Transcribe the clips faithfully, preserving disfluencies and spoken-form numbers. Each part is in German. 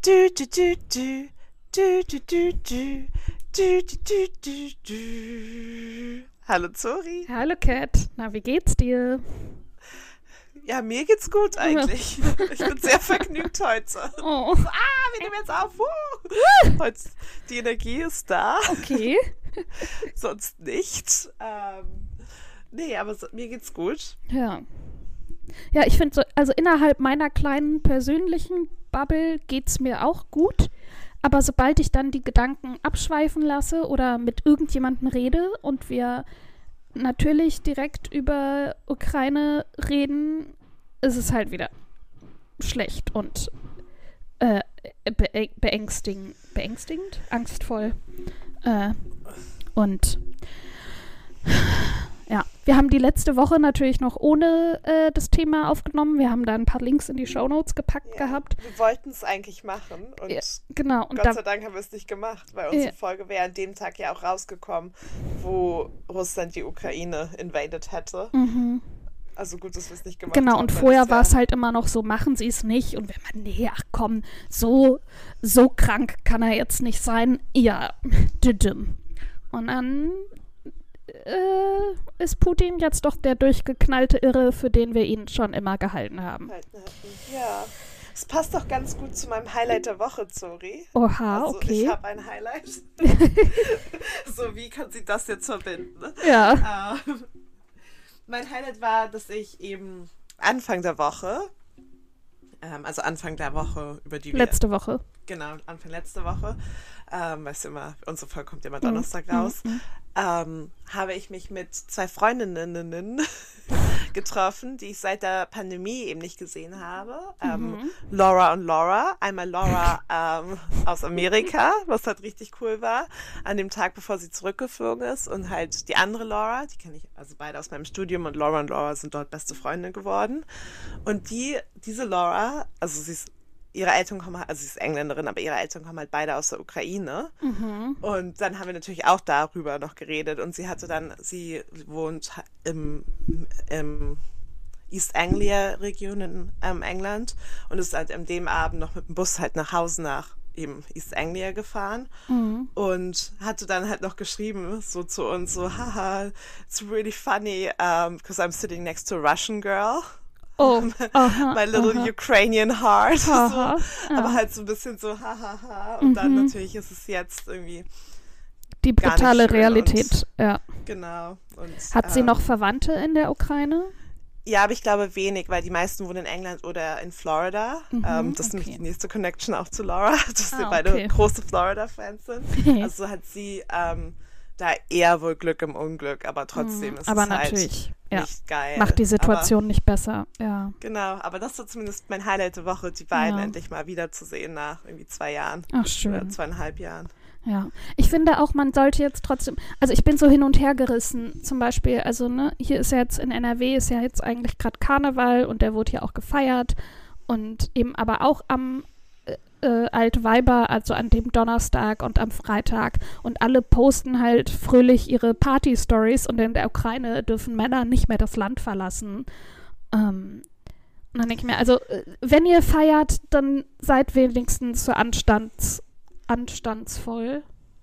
Du, du, du, du. Du, du, du, du. Du, du, du, du, du. Hallo Zori. Hallo Kat, na wie geht's dir? Ja, mir geht's gut eigentlich. Ich bin sehr vergnügt heute. Oh. Ah, wir nehmen jetzt auf. Uh. Heute, die Energie ist da. Okay. Sonst nicht. Ähm, nee, aber so, mir geht's gut. Ja. Ja, ich finde so, also innerhalb meiner kleinen persönlichen Bubble geht's mir auch gut. Aber sobald ich dann die Gedanken abschweifen lasse oder mit irgendjemandem rede und wir natürlich direkt über Ukraine reden, ist es halt wieder schlecht und äh, be- beängstigend, beängstigend, angstvoll. Äh, und ja, wir haben die letzte Woche natürlich noch ohne äh, das Thema aufgenommen. Wir haben da ein paar Links in die Shownotes gepackt Ja, gehabt. wir wollten es eigentlich machen und Ja, genau. Und Gott da, sei Dank haben wir es nicht gemacht, weil unsere Ja. Folge wäre an dem Tag ja auch rausgekommen, wo Russland die Ukraine invaded hätte. mhm. Also gut, dass wir es nicht gemacht Genau, haben. und weil vorher das war ja- es halt immer noch so, machen Sie es nicht. Und wenn man, nee, ach komm, so, so krank kann er jetzt nicht sein. Ja, düdüm. Und dann äh, ist Putin jetzt doch der durchgeknallte Irre, für den wir ihn schon immer gehalten haben. halten hatten. Ja. Es passt doch ganz gut zu meinem Highlight der Woche, Zori. Oha, Also okay. ich habe ein Highlight. So, wie kann sie das jetzt verbinden? Ne? Ja. Ähm, mein Highlight war, dass ich eben Anfang der Woche, ähm, also Anfang der Woche, über die wir, Letzte Woche. genau, Anfang letzte Woche, ähm, weißt du immer, unsere Folge kommt ja immer Mhm, Donnerstag mhm, raus, mhm. ähm, habe ich mich mit zwei Freundinnen getroffen, die ich seit der Pandemie eben nicht gesehen habe. Ähm, Mhm. Laura und Laura. Einmal Laura ähm, aus Amerika, was halt richtig cool war, an dem Tag, bevor sie zurückgeflogen ist. Und halt die andere Laura, die kenne ich also beide aus meinem Studium, und Laura und Laura sind dort beste Freundinnen geworden. Und die, diese Laura, also sie ist ihre Eltern kommen, also sie ist Engländerin, aber ihre Eltern kommen halt beide aus der Ukraine. Mhm. Und dann haben wir natürlich auch darüber noch geredet. Und sie hatte dann, sie wohnt im, im East Anglia-Region in ähm, England und ist halt an dem Abend noch mit dem Bus halt nach Hause nach eben East Anglia gefahren Mhm. und hatte dann halt noch geschrieben, so zu uns, so, haha, it's really funny, um, because I'm sitting next to a Russian girl. Oh, aha, My little aha. Ukrainian heart. So. Aha, ja. Aber halt so ein bisschen so, hahaha. Und dann Mhm. natürlich ist es jetzt irgendwie, Die gar nicht brutale schön Realität, ja. genau. Und, Hat sie ähm, noch Verwandte in der Ukraine? Ja, aber ich glaube wenig, weil die meisten wohnen in England oder in Florida. Mhm, ähm, das ist okay. nämlich die nächste Connection auch zu Laura, dass Ah, wir beide okay. große Florida-Fans sind. Also hat sie ähm, da eher wohl Glück im Unglück, aber trotzdem Mhm, ist aber es halt natürlich, ja. nicht geil. Macht die Aber, Situation nicht besser, ja. genau, aber das war zumindest mein Highlight der Woche, die beiden Ja. endlich mal wiederzusehen nach irgendwie zwei Jahren Ach, oder schön. zweieinhalb Jahren. Ja, ich finde auch, man sollte jetzt trotzdem, also ich bin so hin und her gerissen, zum Beispiel, also ne, hier ist ja jetzt in N R W ist ja jetzt eigentlich gerade Karneval und der wurde ja auch gefeiert und eben aber auch am äh, äh, Altweiber, also an dem Donnerstag und am Freitag und alle posten halt fröhlich ihre Party-Stories und in der Ukraine dürfen Männer nicht mehr das Land verlassen. Ähm, und dann denke ich mir, also äh, wenn ihr feiert, dann seid wenigstens so anstands anstandsvoll,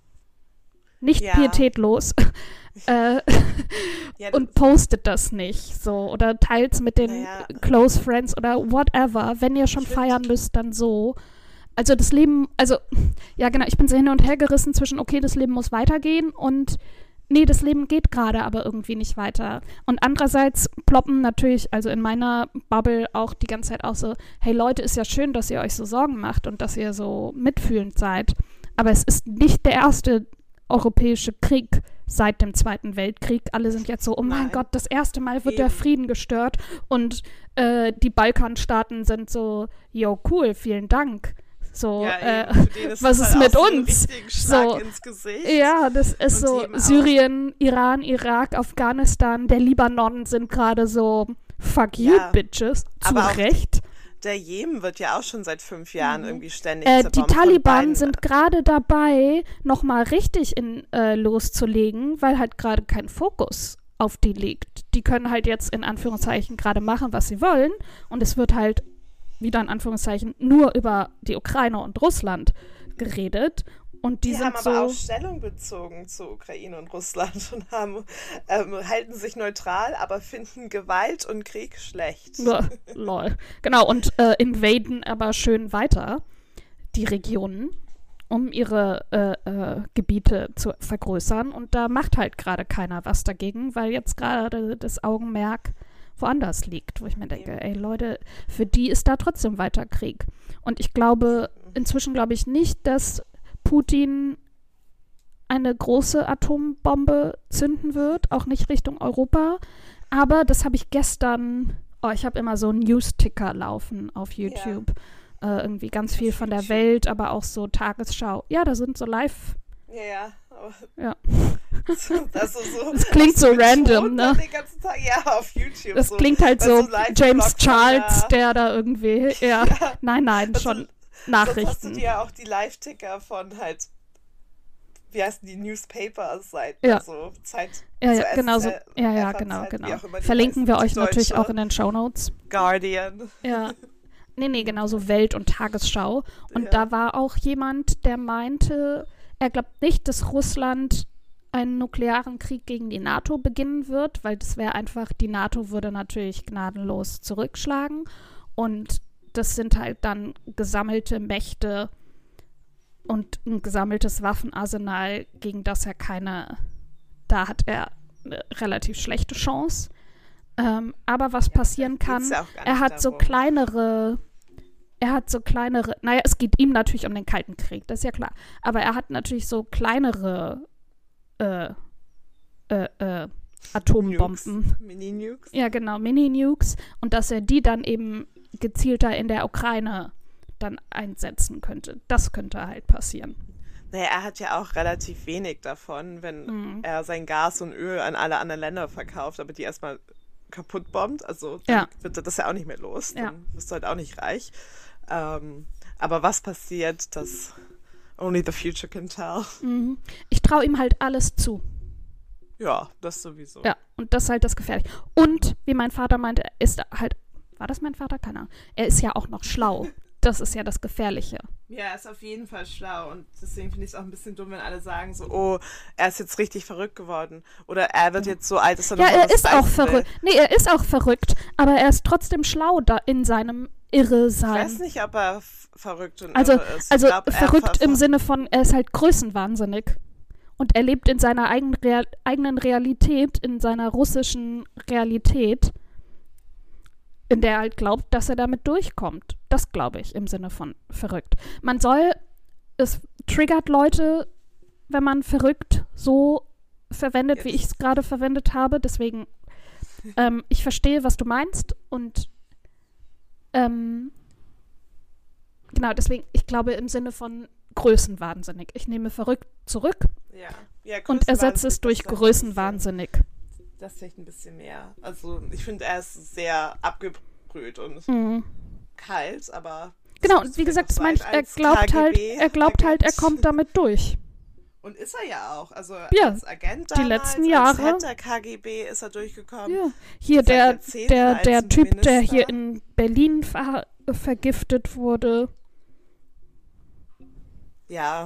nicht Ja. pietätlos äh, Ja, und postet das nicht so oder teilt's mit den Naja. Close Friends oder whatever. Wenn ihr schon Ich find- feiern müsst, dann so. Also das Leben, also ja genau, ich bin so hin und her gerissen zwischen okay, das Leben muss weitergehen und nee, das Leben geht gerade aber irgendwie nicht weiter. Und andererseits ploppen natürlich, also in meiner Bubble auch die ganze Zeit auch so, hey Leute, ist ja schön, dass ihr euch so Sorgen macht und dass ihr so mitfühlend seid. Aber es ist nicht der erste europäische Krieg seit dem Zweiten Weltkrieg. Alle sind jetzt so, oh mein Nein. Gott, das erste Mal wird der Eben. Frieden gestört. Und äh, die Balkanstaaten sind so, yo, cool, vielen Dank. So, Ja, äh, eben, für den ist was das ist halt mit auch so ein uns? richtigen Schlag So, ins Gesicht. ja, das ist Und so eben auch- Syrien, Iran, Irak, Afghanistan, der Libanon sind gerade so fuck you, Ja, bitches. Zu aber auch Recht. Der Jemen wird ja auch schon seit fünf Jahren irgendwie ständig Äh, die zerbombt von Taliban beiden- sind gerade dabei, nochmal richtig in, äh, loszulegen, weil halt gerade kein Fokus auf die liegt. Die können halt jetzt in Anführungszeichen gerade machen, was sie wollen und es wird halt wieder in Anführungszeichen, nur über die Ukraine und Russland geredet. Und die, die sind haben so, aber auch Stellung bezogen zu Ukraine und Russland und haben, ähm, halten sich neutral, aber finden Gewalt und Krieg schlecht. Ja, lol. Genau, und äh, invaden aber schön weiter die Regionen, um ihre äh, äh, Gebiete zu vergrößern. Und da macht halt gerade keiner was dagegen, weil jetzt gerade das Augenmerk woanders liegt, wo ich mir denke, ey Leute, für die ist da trotzdem weiter Krieg. Und ich glaube, inzwischen glaube ich nicht, dass Putin eine große Atombombe zünden wird, auch nicht Richtung Europa. Aber das habe ich gestern, oh, ich habe immer so einen News-Ticker laufen auf YouTube. Ja. Äh, irgendwie ganz viel von der Welt, aber auch so Tagesschau. Ja, da sind so live. Ja, ja. Aber ja. Das, ist so, das klingt so random, ne? Den ganzen Tag, ja, auf YouTube. Das so. klingt halt so, so James Charles, der da irgendwie, ja, ja. nein, nein, also, schon Nachrichten. Sonst hast du dir ja auch die Live-Ticker von halt, wie heißen die, Newspaper-Seiten, ja. also Zeit. Ja, so ja, genau so. Ja, ja, genau, genau. Verlinken wir euch natürlich auch in den Shownotes. Guardian. Ja. Nee, nee, genau so Welt und Tagesschau. Und ja. da war auch jemand, der meinte, er glaubt nicht, dass Russland einen nuklearen Krieg gegen die NATO beginnen wird, weil das wäre einfach, die NATO würde natürlich gnadenlos zurückschlagen. Und das sind halt dann gesammelte Mächte und ein gesammeltes Waffenarsenal, gegen das er keine, da hat er eine relativ schlechte Chance. Ähm, aber was ja, passieren kann, ja er hat so kleinere, er hat so kleinere, naja, es geht ihm natürlich um den Kalten Krieg, das ist ja klar. Aber er hat natürlich so kleinere äh, äh, äh, Atombomben. Mini-Nukes. Ja, genau, Mini-Nukes. Und dass er die dann eben gezielter in der Ukraine dann einsetzen könnte. Das könnte halt passieren. Naja, er hat ja auch relativ wenig davon, wenn mhm. er sein Gas und Öl an alle anderen Länder verkauft, aber die erstmal kaputt bombt. Also dann ja. wird er das ja auch nicht mehr los. Dann ja. bist du halt auch nicht reich. Ähm, aber was passiert, das only the future can tell. Mhm. Ich traue ihm halt alles zu. Ja, das sowieso. Ja, und das ist halt das Gefährliche. Und, wie mein Vater meinte, ist halt, war das mein Vater? Keine Ahnung. Er ist ja auch noch schlau. Das ist ja das Gefährliche. Ja, er ist auf jeden Fall schlau. Und deswegen finde ich es auch ein bisschen dumm, wenn alle sagen so, oh, er ist jetzt richtig verrückt geworden. Oder er wird ja. jetzt so alt, dass er noch Ja, er ist auch will. verrückt. Nee, er ist auch verrückt. Aber er ist trotzdem schlau da in seinem Irre-Sein. Ich weiß nicht, ob er f- verrückt und also, irre ist. Also glaub, verrückt im Sinne von, er ist halt größenwahnsinnig. Und er lebt in seiner eigenen, Real- eigenen Realität, in seiner russischen Realität, in der er halt glaubt, dass er damit durchkommt. Das glaube ich im Sinne von verrückt. Man soll, es triggert Leute, wenn man verrückt so verwendet, yes. wie ich es gerade verwendet habe. Deswegen, ähm, ich verstehe, was du meinst. Und ähm, genau, deswegen, ich glaube im Sinne von größenwahnsinnig. Ich nehme verrückt zurück ja. Ja, und ersetze es durch größenwahnsinnig. Das vielleicht ein bisschen mehr. Also ich finde, er ist sehr abgebrüht und mhm. kalt, aber genau, und wie gesagt, das meine ich, er glaubt K G B halt, er glaubt halt, er kommt damit durch. Und ist er ja auch. Also ja, als Agent damals, die letzten Jahre. als Head der K G B ist er durchgekommen. Ja. Hier der, der, der Typ, Minister. Der hier in Berlin ver- vergiftet wurde. Ja.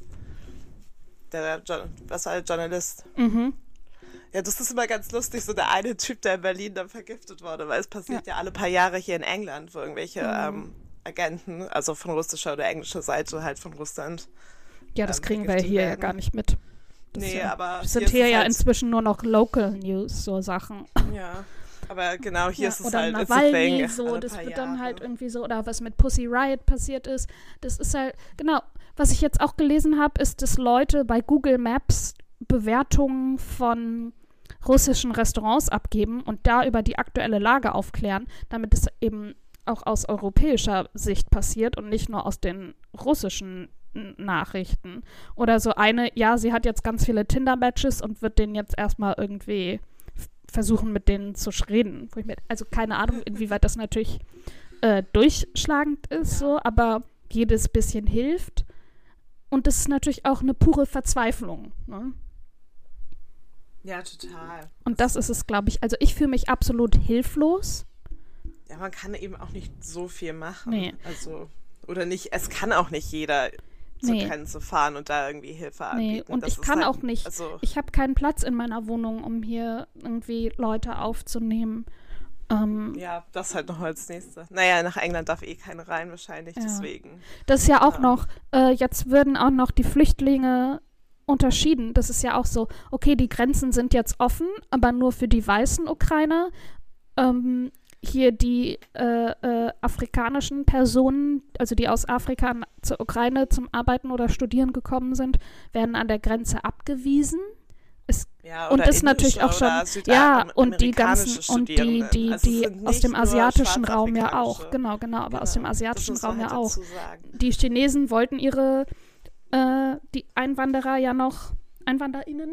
Der, der was war der Journalist? Mhm. Ja, das ist immer ganz lustig, so der eine Typ, der in Berlin dann vergiftet wurde, weil es passiert ja, ja alle paar Jahre hier in England, wo irgendwelche mhm. ähm, Agenten, also von russischer oder englischer Seite halt von Russland. Ja, das ähm, kriegen wir hier werden. ja gar nicht mit. Das nee, ja, aber das sind hier, hier ja halt inzwischen nur noch Local News, so Sachen. Ja, aber genau, hier ja, ist es oder halt Nawalny, so, alle das paar wird Jahre. dann halt irgendwie so, oder was mit Pussy Riot passiert ist, das ist halt, genau, was ich jetzt auch gelesen habe, ist, dass Leute bei Google Maps Bewertungen von russischen Restaurants abgeben und da über die aktuelle Lage aufklären, damit es eben auch aus europäischer Sicht passiert und nicht nur aus den russischen N- Nachrichten. Oder so eine, ja, sie hat jetzt ganz viele Tinder-Matches und wird denen jetzt erstmal irgendwie f- versuchen, mit denen zu reden. Wo ich mir, also keine Ahnung, inwieweit das natürlich äh, durchschlagend ist, ja. so, aber jedes bisschen hilft. Und das ist natürlich auch eine pure Verzweiflung, ne? Ja, total. Und das ist es, glaube ich. Also ich fühle mich absolut hilflos. Ja, man kann eben auch nicht so viel machen. Nee. Also, oder nicht, es kann auch nicht jeder zur Nee. Grenze fahren und da irgendwie Hilfe Nee, anbieten. und Das ich ist kann halt, auch nicht, Also, ich habe keinen Platz in meiner Wohnung, um hier irgendwie Leute aufzunehmen. Ähm, ja, das halt noch als nächstes. Naja, nach England darf eh keine rein wahrscheinlich, Ja. deswegen. Das ist ja auch Ja. noch, äh, jetzt würden auch noch die Flüchtlinge unterschieden. Das ist ja auch so, okay, die Grenzen sind jetzt offen, aber nur für die weißen Ukrainer. Ähm, hier die äh, äh, afrikanischen Personen, also die aus Afrika n- zur Ukraine zum Arbeiten oder Studieren gekommen sind, werden an der Grenze abgewiesen. Ja, Und oder das natürlich auch indische schon, oder ja, südamerikanische und die ganzen, und die, Studierenden. die, Also es die sind aus nicht dem nur asiatischen Raum ja schwarzafrikanische. auch. Genau, genau, aber aus dem Genau, asiatischen das muss Raum man ja halt auch. dazu sagen. Die Chinesen wollten ihre, äh, die Einwanderer ja noch, EinwanderInnen,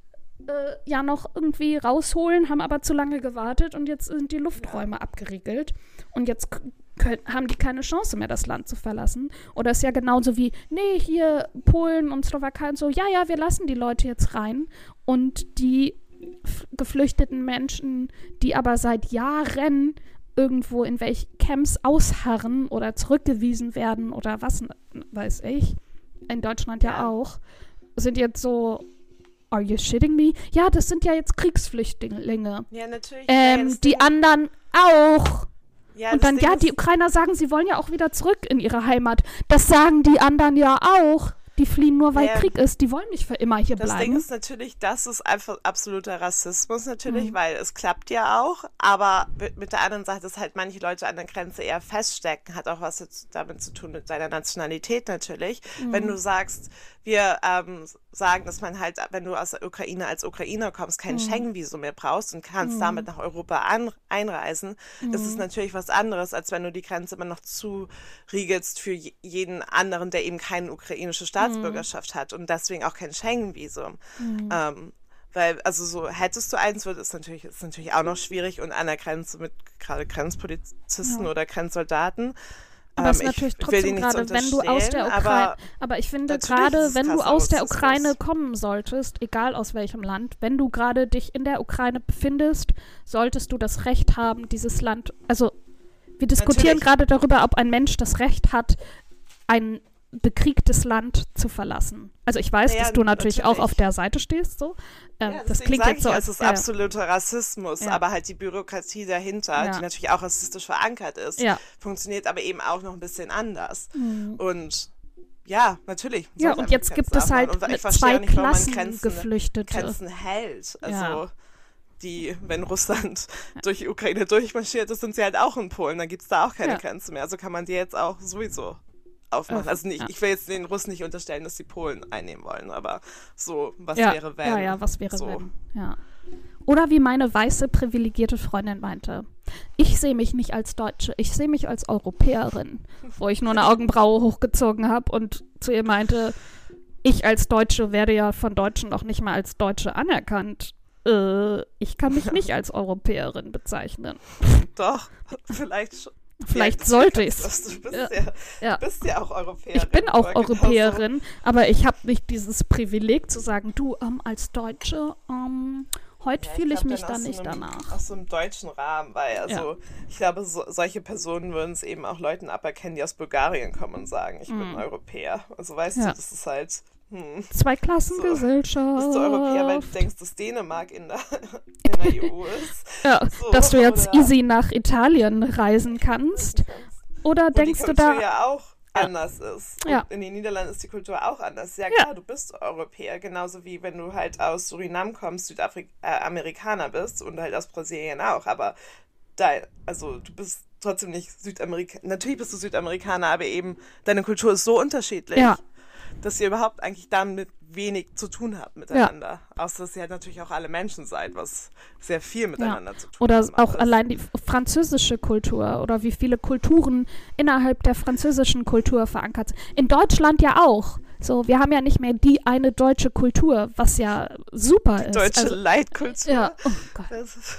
äh, ja noch irgendwie rausholen, haben aber zu lange gewartet und jetzt sind die Lufträume abgeriegelt. Und jetzt k- können, haben die keine Chance mehr, das Land zu verlassen. Oder ist ja genauso wie, nee, hier Polen und Slowakei und so, ja, ja, wir lassen die Leute jetzt rein. Und die f- geflüchteten Menschen, die aber seit Jahren irgendwo in welch Camps ausharren oder zurückgewiesen werden oder was n- weiß ich, in Deutschland ja, Ja. auch, sind jetzt so, are you shitting me? Ja, das sind ja jetzt Kriegsflüchtlinge. Ja, natürlich. ja, Ähm, das die Ding- anderen auch. ja, Und das dann, Ding ja, ist- die Ukrainer sagen, sie wollen ja auch wieder zurück in ihre Heimat. Das sagen die anderen ja auch. Die fliehen nur, weil Ja. Krieg ist. Die wollen nicht für immer hier Das bleiben. Ding ist natürlich, das ist einfach absoluter Rassismus natürlich, Mhm. weil es klappt ja auch, aber mit mit der anderen Sache, dass halt manche Leute an der Grenze eher feststecken, hat auch was jetzt damit zu tun mit seiner Nationalität natürlich. Mhm. Wenn du sagst, wir ähm, sagen, dass man halt, wenn du aus der Ukraine als Ukrainer kommst, kein Mhm. Schengen-Visum mehr brauchst und kannst Mhm. damit nach Europa an, einreisen, das ist Mhm. natürlich was anderes, als wenn du die Grenze immer noch zuriegelst für je- jeden anderen, der eben keine ukrainische Staatsbürgerschaft hat und deswegen auch kein Schengen-Visum. Mhm. Ähm, weil, also so, hättest du eins, wird es natürlich, ist natürlich auch noch schwierig und an der Grenze mit gerade Grenzpolizisten Ja. oder Grenzsoldaten. Aber es ist Ähm, natürlich ich will trotzdem denen nichts gerade, wenn du aus der unterstellen, Ukraine, aber aber ich finde natürlich ist gerade, es wenn du krasser aus der Rassismus. Ukraine kommen solltest, egal aus welchem Land, wenn du gerade dich in der Ukraine befindest, solltest du das Recht haben, dieses Land, also wir diskutieren Natürlich. gerade darüber, ob ein Mensch das Recht hat, ein bekriegtes Land zu verlassen. Also ich weiß, Naja, dass du natürlich, auch natürlich. auf der Seite stehst, so. Ähm, Ja, das deswegen klingt sag jetzt so, ich, als es ist ja, absoluter Rassismus, Ja. aber halt die Bürokratie dahinter, Ja. die natürlich auch rassistisch verankert ist, ja. funktioniert aber eben auch noch ein bisschen anders. Mhm. Und ja, natürlich. Ja, sollte und man jetzt Grenzen gibt es aufmachen. halt Und ich mit verstehe zwei auch nicht, warum man Klassen Grenzen, Geflüchtete. Grenzen hält. Also Ja. die, wenn Russland durch die Ukraine durchmarschiert ist, sind sie halt auch in Polen. Dann gibt es da auch keine Ja. Grenze mehr. Also kann man die jetzt auch sowieso aufmachen. Öff- Also nicht, ja. ich will jetzt den Russen nicht unterstellen, dass sie Polen einnehmen wollen, aber so, was ja, wäre, wenn? ja, ja, was wäre, so. wenn. Ja. Oder wie meine weiße, privilegierte Freundin meinte, ich sehe mich nicht als Deutsche, ich sehe mich als Europäerin. Wo ich nur eine Augenbraue hochgezogen habe und zu ihr meinte, ich als Deutsche werde ja von Deutschen noch nicht mal als Deutsche anerkannt. Äh, ich kann mich nicht als Europäerin bezeichnen. Doch, vielleicht schon. Vielleicht Ja, sollte du ich's. kannst- Du bist Ja. ja, Ja. du bist ja auch Europäerin. Ich bin auch aber genauso- Europäerin, aber ich habe nicht dieses Privileg zu sagen, du, ähm, als Deutsche, ähm, heute Ja, fühle ich glaub, mich dann dann aus nicht so einem, danach. Aus so einem deutschen Rahmen, weil also ich glaube, so, solche Personen würden es eben auch Leuten aberkennen, die aus Bulgarien kommen und sagen, ich bin Mhm. Europäer. Also weißt Ja. du, das ist halt, hm, Zweiklassengesellschaft. bist du Europäer, weil du denkst, dass Dänemark in der, in der E U ist. Ja, So, dass du jetzt oder- easy nach Italien reisen kannst. Oder Wo denkst die du Kultur da, ja auch Ja. anders ist. Und Ja. in den Niederlanden ist die Kultur auch anders. Ja Ja. klar, du bist Europäer, genauso wie wenn du halt aus Surinam kommst, Südafrika äh, Amerikaner bist und halt aus Brasilien auch. Aber da, also du bist trotzdem nicht Südamerikaner. Natürlich bist du Südamerikaner, aber eben deine Kultur ist so unterschiedlich, Ja. dass ihr überhaupt eigentlich damit wenig zu tun habt miteinander. Außer dass ihr halt natürlich auch alle Menschen seid, was sehr viel miteinander zu tun oder hat. auch allein die französische Kultur oder wie viele Kulturen innerhalb der französischen Kultur verankert sind. In Deutschland ja auch. So, wir haben ja nicht mehr die eine deutsche Kultur, was ja super ist. Deutsche Also, Leitkultur. ja, oh Gott. Das ist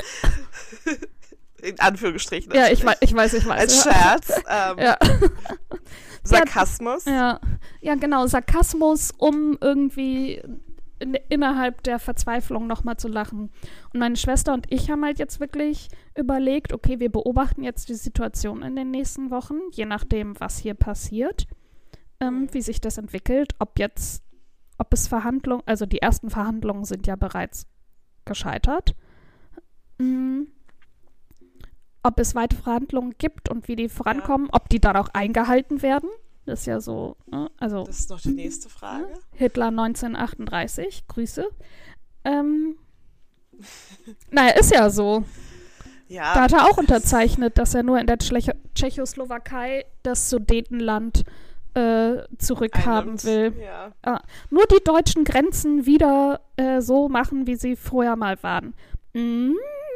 in Anführungsstrichen. Ja, ich natürlich. weiß, ich weiß, ich weiß. Als ja. Scherz. Ähm, Ja. Sarkasmus. Ja, ja, genau, Sarkasmus, um irgendwie in, innerhalb der Verzweiflung nochmal zu lachen. Und meine Schwester und ich haben halt jetzt wirklich überlegt, okay, wir beobachten jetzt die Situation in den nächsten Wochen, je nachdem, was hier passiert, ähm, wie sich das entwickelt, ob jetzt, ob es Verhandlungen, also die ersten Verhandlungen sind ja bereits gescheitert, mhm. ob es weitere Verhandlungen gibt und wie die vorankommen, ja. ob die dann auch eingehalten werden. Das ist ja so, ne? Also. Das ist noch die nächste Frage. Hitler neunzehnhundertachtunddreißig, Grüße. Ähm, naja, ist ja so. Ja. Da hat er auch unterzeichnet, dass er nur in der Tschech- Tschechoslowakei das Sudetenland äh, zurückhaben Einnimmt. will. Ja. Ah, nur die deutschen Grenzen wieder äh, so machen, wie sie vorher mal waren. Mm.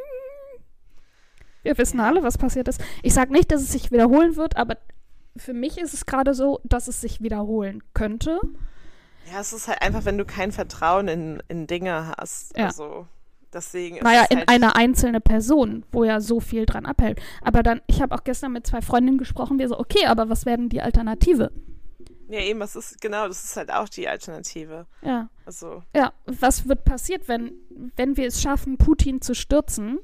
Wir wissen Ja. alle, was passiert ist. Ich sage nicht, dass es sich wiederholen wird, aber für mich ist es gerade so, dass es sich wiederholen könnte. Ja, es ist halt einfach, wenn du kein Vertrauen in, in Dinge hast. Ja. Also, deswegen ist Naja, es in halt, eine einzelne Person, wo ja so viel dran abhält. Aber dann, ich habe auch gestern mit zwei Freundinnen gesprochen, wir so, okay, aber was wäre denn die Alternative? Ja, eben, das ist, genau, das ist halt auch die Alternative. Ja. Also, Ja, was wird passiert, wenn, wenn wir es schaffen, Putin zu stürzen?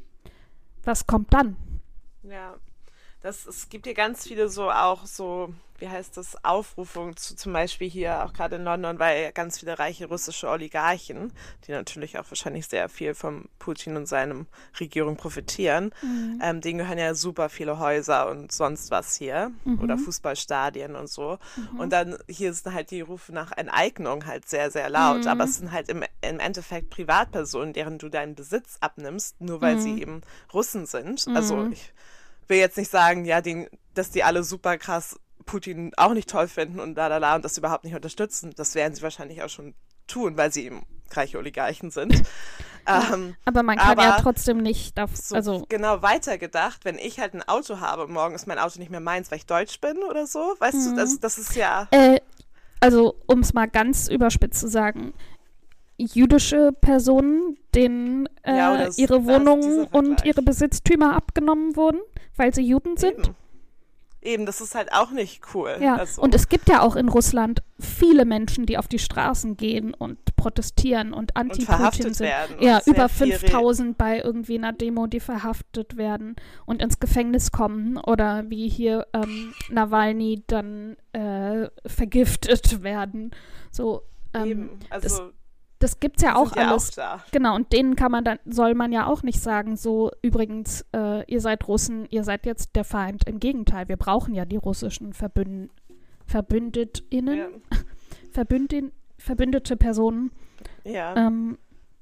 Was kommt dann? ja. Das, es gibt hier ganz viele so auch so, wie heißt das, Aufrufungen zu zum Beispiel hier auch gerade in London, weil ganz viele reiche russische Oligarchen, die natürlich auch wahrscheinlich sehr viel vom Putin und seinem Regierung profitieren, Mhm. ähm, denen gehören ja super viele Häuser und sonst was hier Mhm. oder Fußballstadien und so. Mhm. Und dann hier sind halt die Rufe nach Enteignung halt sehr, sehr laut, Mhm. aber es sind halt im, im Endeffekt Privatpersonen, deren du deinen Besitz abnimmst, nur weil Mhm. sie eben Russen sind. Mhm. Also ich will jetzt nicht sagen, ja, den, dass die alle super krass Putin auch nicht toll finden und la la la und das überhaupt nicht unterstützen. Das werden sie wahrscheinlich auch schon tun, weil sie eben reiche Oligarchen sind. ähm, Aber man kann aber ja trotzdem nicht, dav- so also genau weitergedacht, wenn ich halt ein Auto habe und morgen ist mein Auto nicht mehr meins, weil ich deutsch bin oder so, weißt Mhm. du, das, das ist ja, Äh, also, um es mal ganz überspitzt zu sagen, jüdische Personen, denen äh, Ja, oder s- ihre das- Wohnungen dieser und Vergleich. ihre Besitztümer abgenommen wurden, weil sie Juden sind. eben. Eben, das ist halt auch nicht cool. Ja, Also, und es gibt ja auch in Russland viele Menschen, die auf die Straßen gehen und protestieren und und anti-Putin verhaftet sind. werden. Ja, und sehr über viel re- fünftausend bei irgendwie einer Demo, die verhaftet werden und ins Gefängnis kommen oder wie hier ähm, Nawalny dann äh, vergiftet werden. So, ähm, Eben, also das gibt's ja die auch sind ja alles. auch da. Genau, und denen kann man dann, soll man ja auch nicht sagen, so übrigens, äh, ihr seid Russen, ihr seid jetzt der Feind. Im Gegenteil, wir brauchen ja die russischen Verbünd VerbündetInnen, Ja. Verbündin verbündete Personen. Ja. Ähm,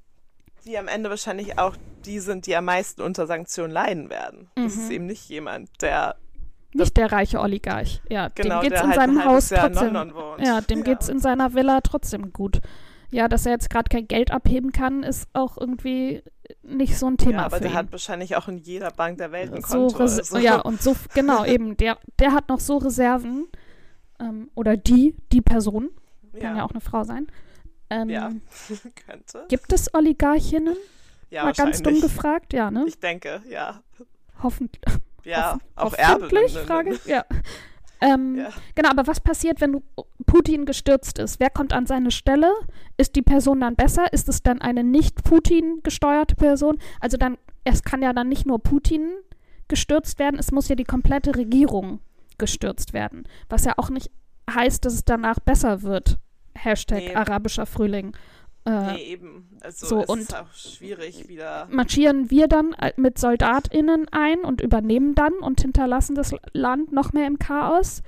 Die am Ende wahrscheinlich auch die sind, die am meisten unter Sanktionen leiden werden. Das Mhm. ist eben nicht jemand, der, nicht der reiche Oligarch. Ja, genau, dem geht's der in halt seinem ein halbes Haus Jahr in trotzdem. London wohnt. Ja, dem geht's in seiner Villa trotzdem gut. Ja, dass er jetzt gerade kein Geld abheben kann, ist auch irgendwie nicht so ein Thema Ja, aber für der ihn. hat wahrscheinlich auch in jeder Bank der Welt ein so Konto. Res- Also. Ja, und so, genau, eben, der, der hat noch so Reserven, ähm, oder die, die Person, kann ja auch eine Frau sein. Ähm, Ja, könnte. Gibt es Oligarchinnen? Ja, Mal ganz dumm wahrscheinlich. gefragt, ja, ne? Ich denke, ja. Hoffentlich. Ja, Hoff- auch hoffentlich, Erbinnen. Frage, ja. Ähm, Ja. Genau, aber was passiert, wenn Putin gestürzt ist? Wer kommt an seine Stelle? Ist die Person dann besser? Ist es dann eine nicht Putin gesteuerte Person? Also dann, es kann ja dann nicht nur Putin gestürzt werden, es muss ja die komplette Regierung gestürzt werden. Was ja auch nicht heißt, dass es danach besser wird. Hashtag Nee. arabischer Frühling. Äh, Nee, eben. Also so, es und- ist auch schwierig wieder. Marschieren wir dann äh, mit SoldatInnen ein und übernehmen dann und hinterlassen das Land noch mehr im Chaos?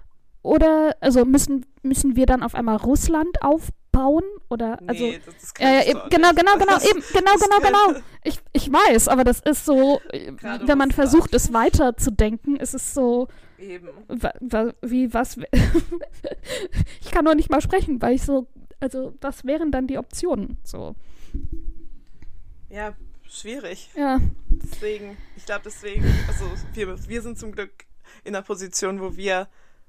Oder, also müssen, müssen wir dann auf einmal Russland aufbauen? Oder, also, Nee, das, das äh, kannst eben, du auch genau, nicht. genau, genau, Das- eben, genau, das genau, kann- genau. Ich, ich weiß, aber das ist so, äh, Gerade wenn man Russland. versucht, es weiterzudenken, ist es so, Eben. wa, wa, wie, was, ich kann noch nicht mal sprechen, weil ich so, also, was wären dann die Optionen? So, Ja, schwierig. ja. Deswegen, ich glaube deswegen, also wir, wir sind zum Glück in einer Position, wo wir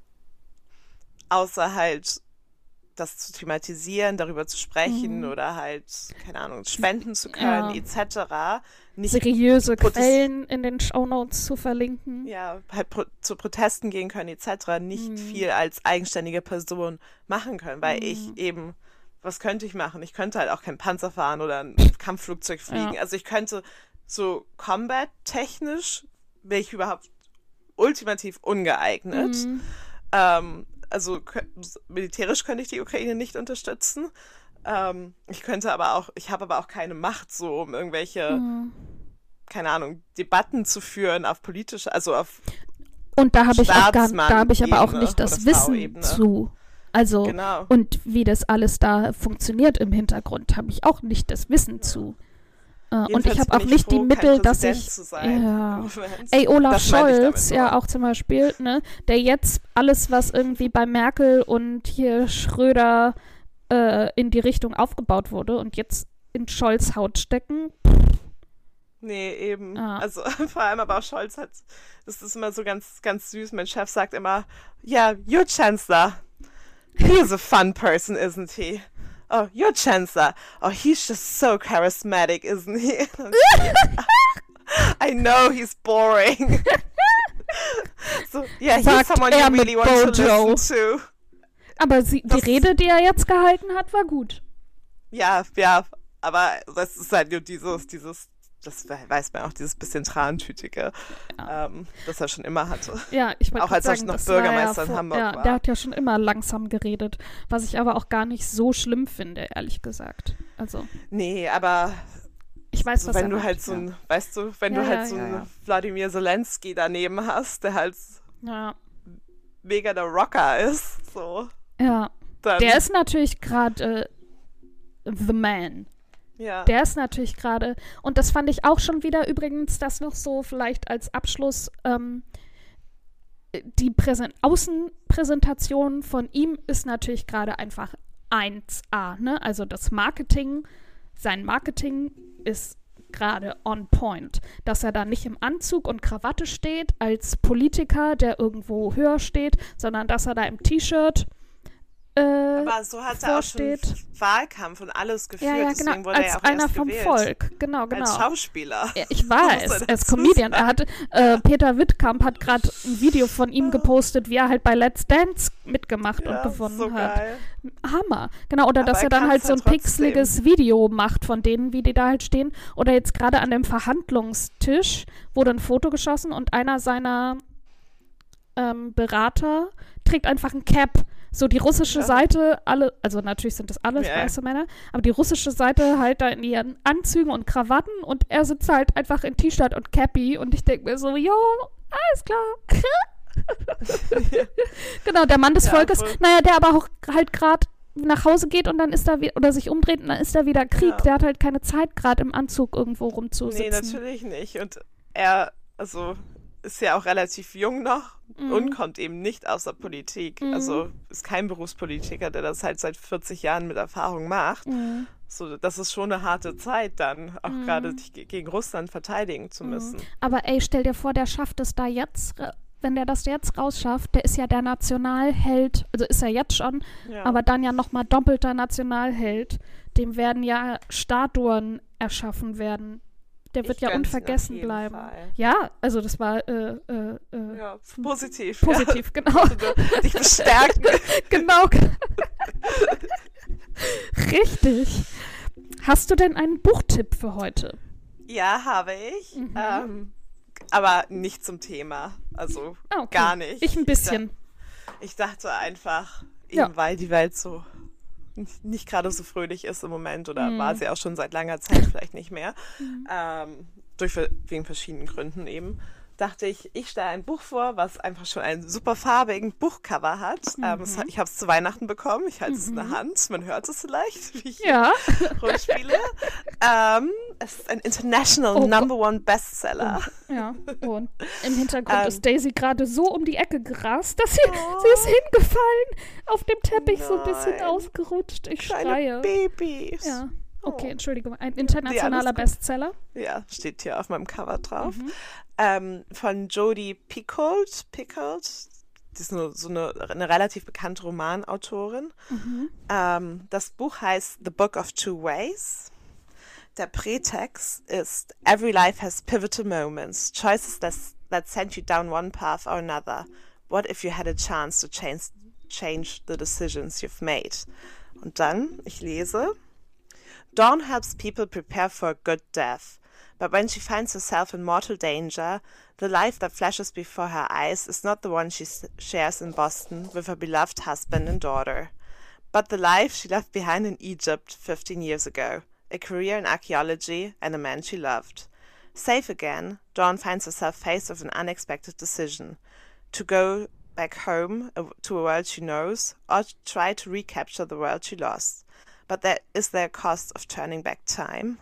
außer halt das zu thematisieren, darüber zu sprechen Mhm. oder halt, keine Ahnung, spenden zu können, Ja. et cetera. Nicht, Seriöse Protest- Quellen in den Shownotes zu verlinken. ja, halt pro, zu Protesten gehen können, et cetera, nicht Mhm. viel als eigenständige Person machen können, weil Mhm. ich eben, was könnte ich machen? Ich könnte halt auch kein Panzer fahren oder ein Kampfflugzeug fliegen. Ja. Also ich könnte so combat-technisch wäre ich überhaupt ultimativ ungeeignet. Mhm. Ähm, also kö- militärisch könnte ich die Ukraine nicht unterstützen. Ähm, ich könnte aber auch, ich habe aber auch keine Macht, so um irgendwelche, Mhm. keine Ahnung, Debatten zu führen auf politische, also auf Und da habe ich auch gar, da habe ich aber auch Staatsmann-Ebene nicht das oder Wissen Frau-Ebene. zu. Also, Genau. und wie das alles da funktioniert im Hintergrund, habe ich auch nicht das Wissen zu. Äh, und Jedenfalls ich habe bin auch nicht froh, die Mittel, kein dass Präsident ich. zu sein. Ja. Übrigens. Ey, Olaf Das meinte ich damit Scholz, nur. ja auch zum Beispiel, ne, der jetzt alles, was irgendwie bei Merkel und hier Schröder äh, in die Richtung aufgebaut wurde und jetzt in Scholz Haut stecken. Nee, eben. Ah. Also vor allem aber auch Scholz hat, das ist immer so ganz, ganz süß. Mein Chef sagt immer, ja, yeah, your Chancellor, he's a fun person, isn't he? Oh, your Chancellor, oh, he's just so charismatic, isn't he? I know he's boring. So, yeah, he's Sagt someone er you really mit want to Bojo. listen to. Aber sie, die Das- Rede, die er jetzt gehalten hat, war gut. Ja, ja, aber das ist halt nur dieses, dieses, das weiß man auch, dieses bisschen Trantütige, Ja. ähm, das er schon immer hatte. Ja, ich wollte Auch als er sagen, noch das war Bürgermeister ja in vor- Hamburg ja, war. Der hat ja schon immer langsam geredet, was ich aber auch gar nicht so schlimm finde, ehrlich gesagt. Also, Nee, aber ich weiß, so, was wenn er du macht, halt so ja. ein, weißt du, wenn Ja, du halt ja, so ja, einen ja. Wladimir Zelensky daneben hast, der halt Ja, mega der Rocker ist, so, ja. dann, Der ist natürlich gerade äh, the man. ja, Der ist natürlich gerade, und das fand ich auch schon wieder übrigens, das noch so vielleicht als Abschluss, ähm, die Präsen- Außenpräsentation von ihm ist natürlich gerade einfach eins A, ne? Also das Marketing, sein Marketing ist gerade on point. Dass er da nicht im Anzug und Krawatte steht als Politiker, der irgendwo höher steht, sondern dass er da im T-Shirt äh, aber so hat er auch schon vorsteht. Wahlkampf und alles geführt, Ja, ja, deswegen genau, wurde er ja als auch einer erst vom gewählt. Volk. Genau, genau. Als Schauspieler. Ja, ich Muss weiß, man als dazu Comedian. Er sagen. hat, äh, Peter Wittkamp hat gerade ein Video von ihm gepostet, wie er halt bei Let's Dance mitgemacht Ja, und gewonnen so hat. geil. Hammer. Genau, oder Aber dass er er dann kann's halt so halt ein trotzdem. pixeliges Video macht von denen, wie die da halt stehen. Oder jetzt gerade an dem Verhandlungstisch wurde ein Foto geschossen und einer seiner ähm, Berater trägt einfach ein Cap. So die russische Ja. Seite, alle, also natürlich sind das alles Ja. weiße Männer, aber die russische Seite halt da in ihren Anzügen und Krawatten und er sitzt halt einfach in T-Shirt und Cappy und ich denke mir so, jo, alles klar. Genau, der Mann des Ja, Volkes, voll. naja, der aber auch halt gerade nach Hause geht und dann ist da wieder, oder sich umdreht und dann ist da wieder Krieg. Ja. Der hat halt keine Zeit, gerade im Anzug irgendwo Nee, rumzusitzen. natürlich nicht. Und er, also, ist ja auch relativ jung noch Mhm. und kommt eben nicht aus der Politik. Mhm. Also ist kein Berufspolitiker, der das halt seit vierzig Jahren mit Erfahrung macht. Mhm. So, das ist schon eine harte Zeit dann, auch Mhm. gerade dich ge- gegen Russland verteidigen zu müssen. Aber ey, stell dir vor, der schafft es da jetzt, äh, wenn der das jetzt rausschafft, der ist ja der Nationalheld, also ist er jetzt schon, Ja. aber dann ja nochmal doppelter Nationalheld. Dem werden ja Statuen erschaffen werden. Der wird Ich ja gönn's ihm auf unvergessen jeden bleiben. Fall. Ja, also das war äh, äh, äh, Ja, positiv. positiv, genau. Ja. Dich bestärken. Genau. Richtig. Hast du denn einen Buchtipp für heute? Ja, habe ich. Mhm. Ähm, aber nicht zum Thema. Also Ah, okay. gar nicht. Ich ein bisschen. Ich dachte einfach, eben Ja. weil die Welt so nicht, nicht gerade so fröhlich ist im Moment oder Mhm. war sie auch schon seit langer Zeit vielleicht nicht mehr, ähm, durch, wegen verschiedenen Gründen eben, dachte ich, ich stelle ein Buch vor, was einfach schon einen super farbigen Buchcover hat. Ähm, es, hat- ich habe es zu Weihnachten bekommen, ich halte es in der Hand, man hört es vielleicht, wie ich Ja. rumspiele. ähm, es ist ein International Oh Number One Bestseller. Ja. Und im Hintergrund Ähm. ist Daisy gerade so um die Ecke gerast, dass sie, Oh. sie ist hingefallen, auf dem Teppich so ein bisschen Nein. ausgerutscht. Ich Kleine schreie. Babys. Ja. Okay, Oh. Entschuldigung. Ein Nee, internationaler alles gut. Bestseller. Ja, steht hier auf meinem Cover drauf. Mhm. Ähm, von Jodi Picoult. Picoult. Die ist nur so eine, eine relativ bekannte Romanautorin. Mhm. Ähm, das Buch heißt The Book of Two Ways. Der Prätext ist Every life has pivotal moments, choices that, that send you down one path or another. What if you had a chance to change, change the decisions you've made? Und dann, ich lese, Dawn helps people prepare for a good death. But when she finds herself in mortal danger, the life that flashes before her eyes is not the one she s- shares in Boston with her beloved husband and daughter, but the life she left behind in Egypt fifteen years ago, a career in archaeology and a man she loved. Safe again, Dawn finds herself faced with an unexpected decision, to go back home uh, to a world she knows, or to try to recapture the world she lost. But there, is there a cost of turning back time?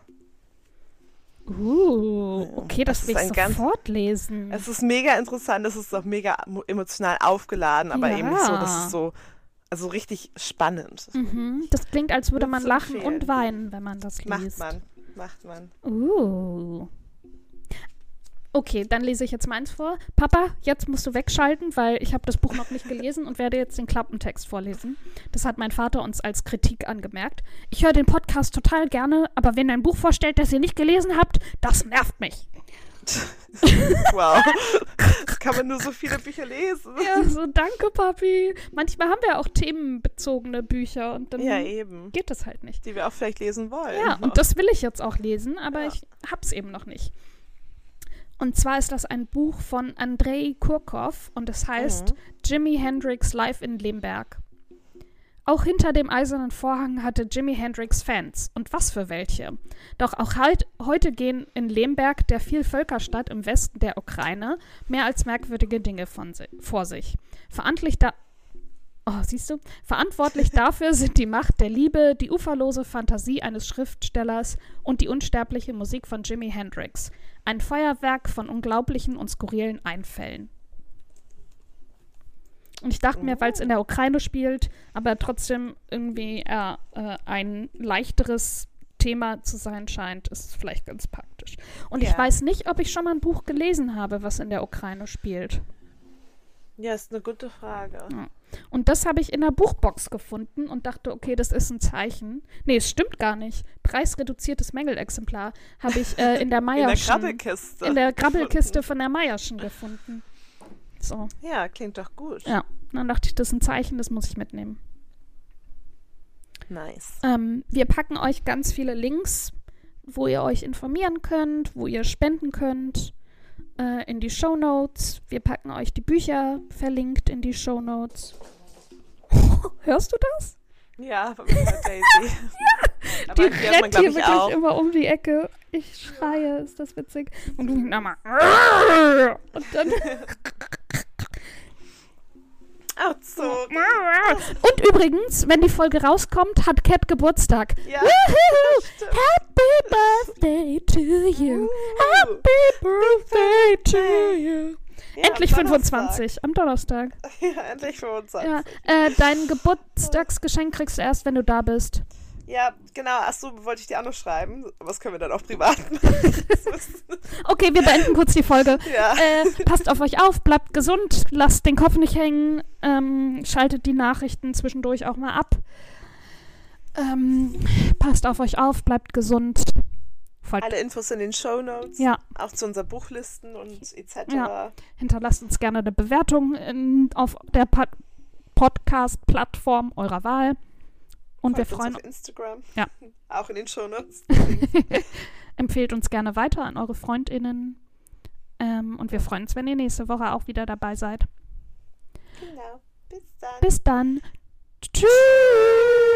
Uh, okay, das, Das will ist ich ein ganz- sofort lesen. Es ist mega interessant, es ist auch mega mo- emotional aufgeladen, aber Ja. eben nicht so, dass es so, also richtig spannend. Mhm. Das klingt, als würde Würdest man du lachen empfehlen? und weinen, wenn man das Macht liest. man, macht man. Uh. Okay, dann lese ich jetzt meins vor. Papa, jetzt musst du wegschalten, weil ich habe das Buch noch nicht gelesen und werde jetzt den Klappentext vorlesen. Das hat mein Vater uns als Kritik angemerkt. Ich höre den Podcast total gerne, aber wenn ihr ein Buch vorstellt, das ihr nicht gelesen habt, das nervt mich. Wow. Kann man nur so viele Bücher lesen? Ja, so danke, Papi. Manchmal haben wir auch themenbezogene Bücher und dann Ja, eben. geht das halt nicht. Die wir auch vielleicht lesen wollen. Ja, und das will ich jetzt auch lesen, aber Ja. ich hab's eben noch nicht. Und zwar ist das ein Buch von Andrei Kurkov und es heißt Mhm. Jimi Hendrix Live in Lemberg. Auch hinter dem eisernen Vorhang hatte Jimi Hendrix Fans. Und was für welche. Doch auch halt, heute gehen in Lemberg, der Vielvölkerstadt im Westen der Ukraine, mehr als merkwürdige Dinge von si- vor sich. Verantwortlich da Oh, siehst du? Verantwortlich dafür sind die Macht der Liebe, die uferlose Fantasie eines Schriftstellers und die unsterbliche Musik von Jimi Hendrix. Ein Feuerwerk von unglaublichen und skurrilen Einfällen. Und ich dachte mir, weil es in der Ukraine spielt, aber trotzdem irgendwie äh, äh, ein leichteres Thema zu sein scheint, ist vielleicht ganz praktisch. Und ich Ja. weiß nicht, ob ich schon mal ein Buch gelesen habe, was in der Ukraine spielt. Ja, ist eine gute Frage. Und das habe ich in der Buchbox gefunden und dachte, okay, das ist ein Zeichen. Nee, es stimmt gar nicht. Preisreduziertes Mängelexemplar habe ich äh, in der In der Meierschen, Krabbelkiste. in der Grabbelkiste von der Meierschen gefunden. So, Ja, klingt doch gut. ja. Und dann dachte ich, das ist ein Zeichen, das muss ich mitnehmen. Nice. Ähm, wir packen euch ganz viele Links, wo ihr euch informieren könnt, wo ihr spenden könnt, äh, in die Shownotes. Wir packen euch die Bücher verlinkt in die Shownotes. Hörst du das? Ja, aber mit der Daisy. Aber Die die hört man, rennt glaub hier ich, wirklich auch. immer um die Ecke. Ich schreie, ist das witzig. Und du nochmal. Und dann. Ach so. Und übrigens, wenn die Folge rauskommt, hat Cat Geburtstag. Ja, Woohoo! stimmt. Happy Birthday to you. Happy Birthday to you. Ja, Endlich am Donnerstag. fünfundzwanzig, am Donnerstag. Ja, endlich fünfundzwanzig. Ja, äh, dein Geburtstagsgeschenk kriegst du erst, wenn du da bist. Ja, genau. Achso, wollte ich dir auch noch schreiben. Aber das können wir dann auch privat machen. Okay, wir beenden kurz die Folge. Ja. Äh, passt auf euch auf, bleibt gesund, lasst den Kopf nicht hängen, ähm, schaltet die Nachrichten zwischendurch auch mal ab. Ähm, passt auf euch auf, bleibt gesund. Folgt, Alle Infos in den Shownotes. ja, Auch zu unseren Buchlisten und et cetera. Ja. hinterlasst uns gerne eine Bewertung in, auf der Pa- Podcast-Plattform eurer Wahl. Und wir Folgt freuen uns auf Instagram. Ja. Auch in den Shownotes. empfehlt uns gerne weiter an eure FreundInnen. Ähm, und wir freuen uns, wenn ihr nächste Woche auch wieder dabei seid. Genau. Bis dann. Bis dann. Tschüss.